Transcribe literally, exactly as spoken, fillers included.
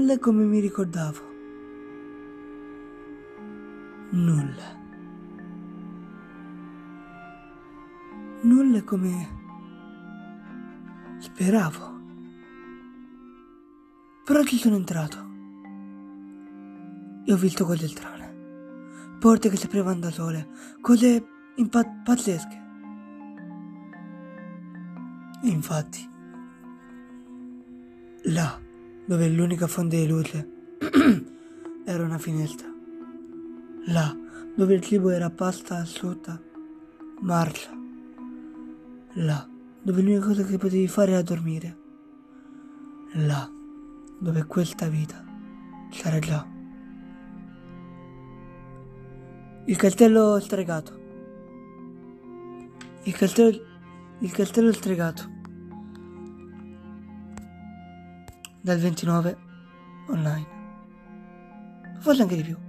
Nulla è come mi ricordavo. Nulla. Nulla è come speravo. Però ci sono entrato e ho visto cose strane, porte che si aprivano da sole, cose impa- pazzesche. E infatti, là dove l'unica fonte di luce era una finestra, là dove il cibo era pasta asciutta, marcia, là dove l'unica cosa che potevi fare era dormire, là dove questa vita c'era già. Il castello stregato. Il castello, il castello stregato. Dal ventinove online. Forse anche di più.